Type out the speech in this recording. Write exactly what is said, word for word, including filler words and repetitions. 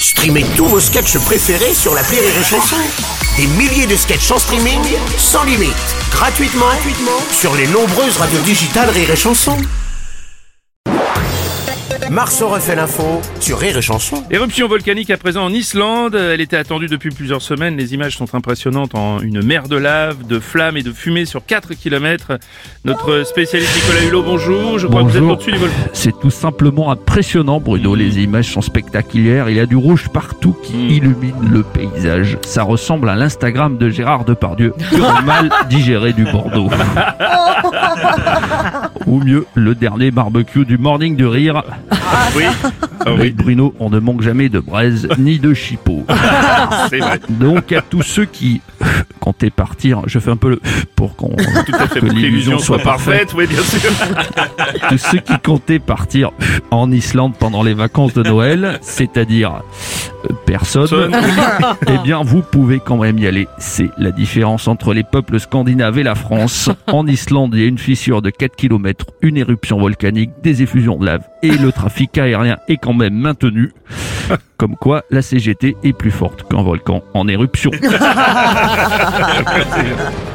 Streamez tous vos sketchs préférés sur l'appli Rire et Chanson. Des milliers de sketchs en streaming, sans limite, gratuitement, gratuitement sur les nombreuses radios digitales Rire et Chanson. Marceau refait l'info sur Rire et Chanson. Éruption volcanique à présent en Islande. Elle était attendue depuis plusieurs semaines. Les images sont impressionnantes en une mer de lave, de flammes et de fumée sur quatre kilomètres. Notre spécialiste Nicolas Hulot, bonjour. Je crois Bonjour. que vous êtes au-dessus du volcan. C'est tout simplement impressionnant, Bruno. Mmh. Les images sont spectaculaires. Il y a du rouge partout qui mmh. illumine le paysage. Ça ressemble à l'Instagram de Gérard Depardieu, qui a mal digéré du Bordeaux. Ou mieux, le dernier barbecue du Morning du Rire. Oui. Oh, Avec oui. Bruno, on ne manque jamais de braise ni de chipot. C'est vrai. Donc à tous ceux qui comptaient partir, je fais un peu le pour qu'on Tout à fait, que pour que l'illusion soit parfaite. parfaite. Oui, bien sûr. Tous ceux qui comptaient partir en Islande pendant les vacances de Noël, c'est-à-dire euh, personne, Sonne. eh bien vous pouvez quand même y aller. C'est la différence entre les peuples scandinaves et la France. En Islande, il y a une fissure de quatre kilomètres, une éruption volcanique, des effusions de lave et le trafic aérien est quand même maintenu. Comme quoi, la C G T est plus forte qu'un volcan en éruption. C'est bien.